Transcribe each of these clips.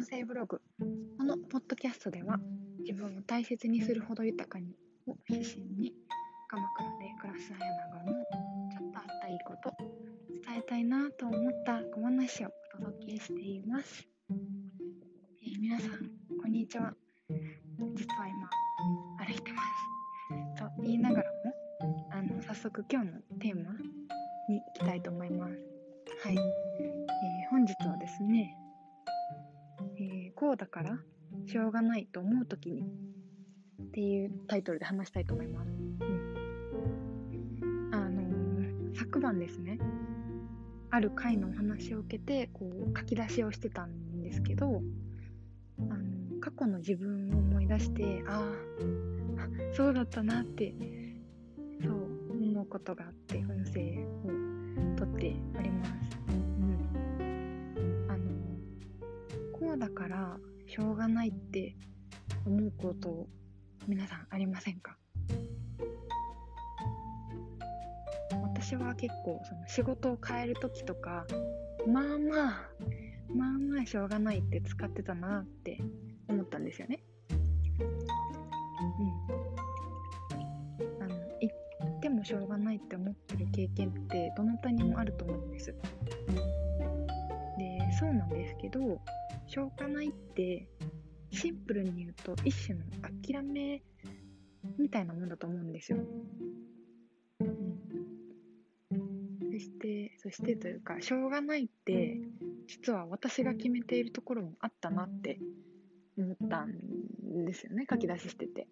声ブログ。このポッドキャストでは、自分を大切にするほど豊かにを指針に、鎌倉で暮らす綾永のちょっとあったいいこと、伝えたいなと思った小話をお届けしています。皆さん、こんにちは。実は今、歩いてます。と言いながらも、早速今日のテーマに行きたいと思います。はい。本日はですね、こうだからしょうがないと思うときにっていうタイトルで話したいと思います。昨晩ですね、ある回のお話を受けて書き出しをしてたんですけど、過去の自分を思い出して、そうだったなって思うことがあって音声を撮っております。こうだからしょうがないって思うこと皆さんありませんか？私は結構仕事を変えるときとかまあまあしょうがないって使ってたなって思ったんですよね。言ってもしょうがないって思ってる経験ってどなたにもあると思うんです。で、そうなんですけど、しょうがないってシンプルに言うと一種の諦めみたいなもんだと思うんですよ。そしてというか、しょうがないって実は私が決めているところもあったなって思ったんですよね、書き出ししてて。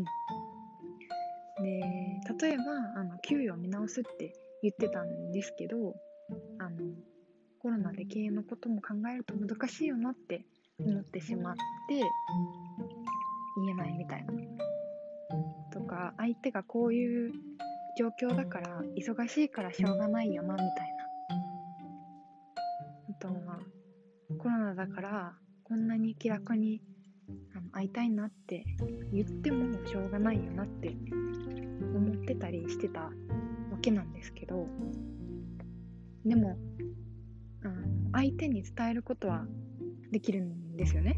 で、例えば給与を見直すって言ってたんですけど、コロナで経営のことも考えると難しいよなって思ってしまって言えないみたいなとか、相手がこういう状況だから忙しいからしょうがないよなみたいな、あとはコロナだからこんなに気楽に会いたいなって言ってもしょうがないよなって思ってたりしてたわけなんですけど、でも相手に伝えることはできるんですよね。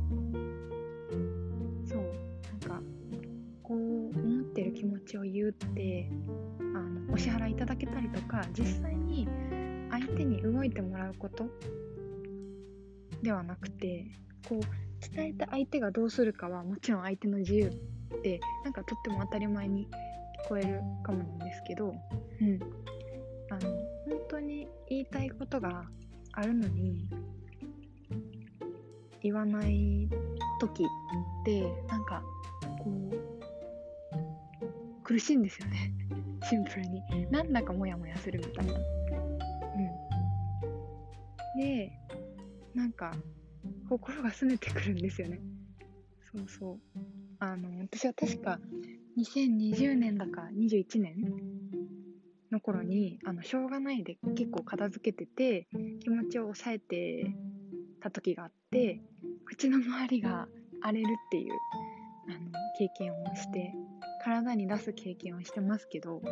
こう思ってる気持ちを言うってお支払いいただけたりとか、実際に相手に動いてもらうことではなくて、伝えた相手がどうするかはもちろん相手の自由ってとっても当たり前に聞こえるかもなんですけど、本当に言いたいことがあるのに言わない時って苦しいんですよね。シンプルになんだかモヤモヤするみたいな。で、心が拗ねてくるんですよね。私は確か2020年だか21年の頃にしょうがないで結構片付けてて気持ちを抑えてた時があって、口の周りが荒れるっていう経験をして、体に出す経験をしてますけど、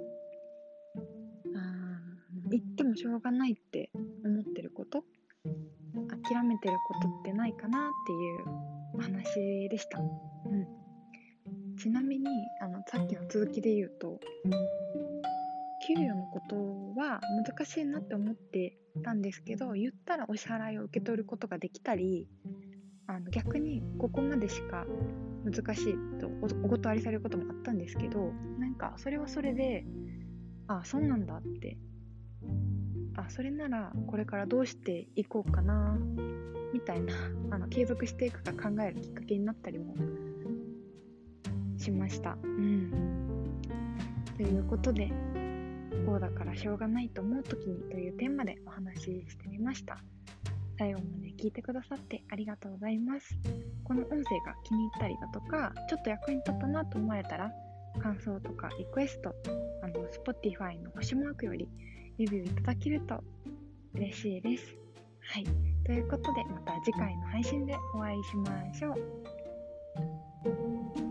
言ってもしょうがないって思ってること、諦めてることってないかなっていうお話でした。ちなみにさっきの続きで言うと、給与のことは難しいなって思ってたんですけど、言ったらお支払いを受け取ることができたり、逆にここまでしか難しいとお断りされることもあったんですけど、それはそれでそうなんだって、それならこれからどうしていこうかなみたいな継続していくか考えるきっかけになったりもしました。ということで、こうだからしょうがないと思うときにというテーマでお話ししてみました。最後まで聞いてくださってありがとうございます。この音声が気に入ったりだとか、ちょっと役に立ったなと思われたら、感想とかリクエスト、Spotify の星マークよりレビューいただけると嬉しいです。はい。ということで、また次回の配信でお会いしましょう。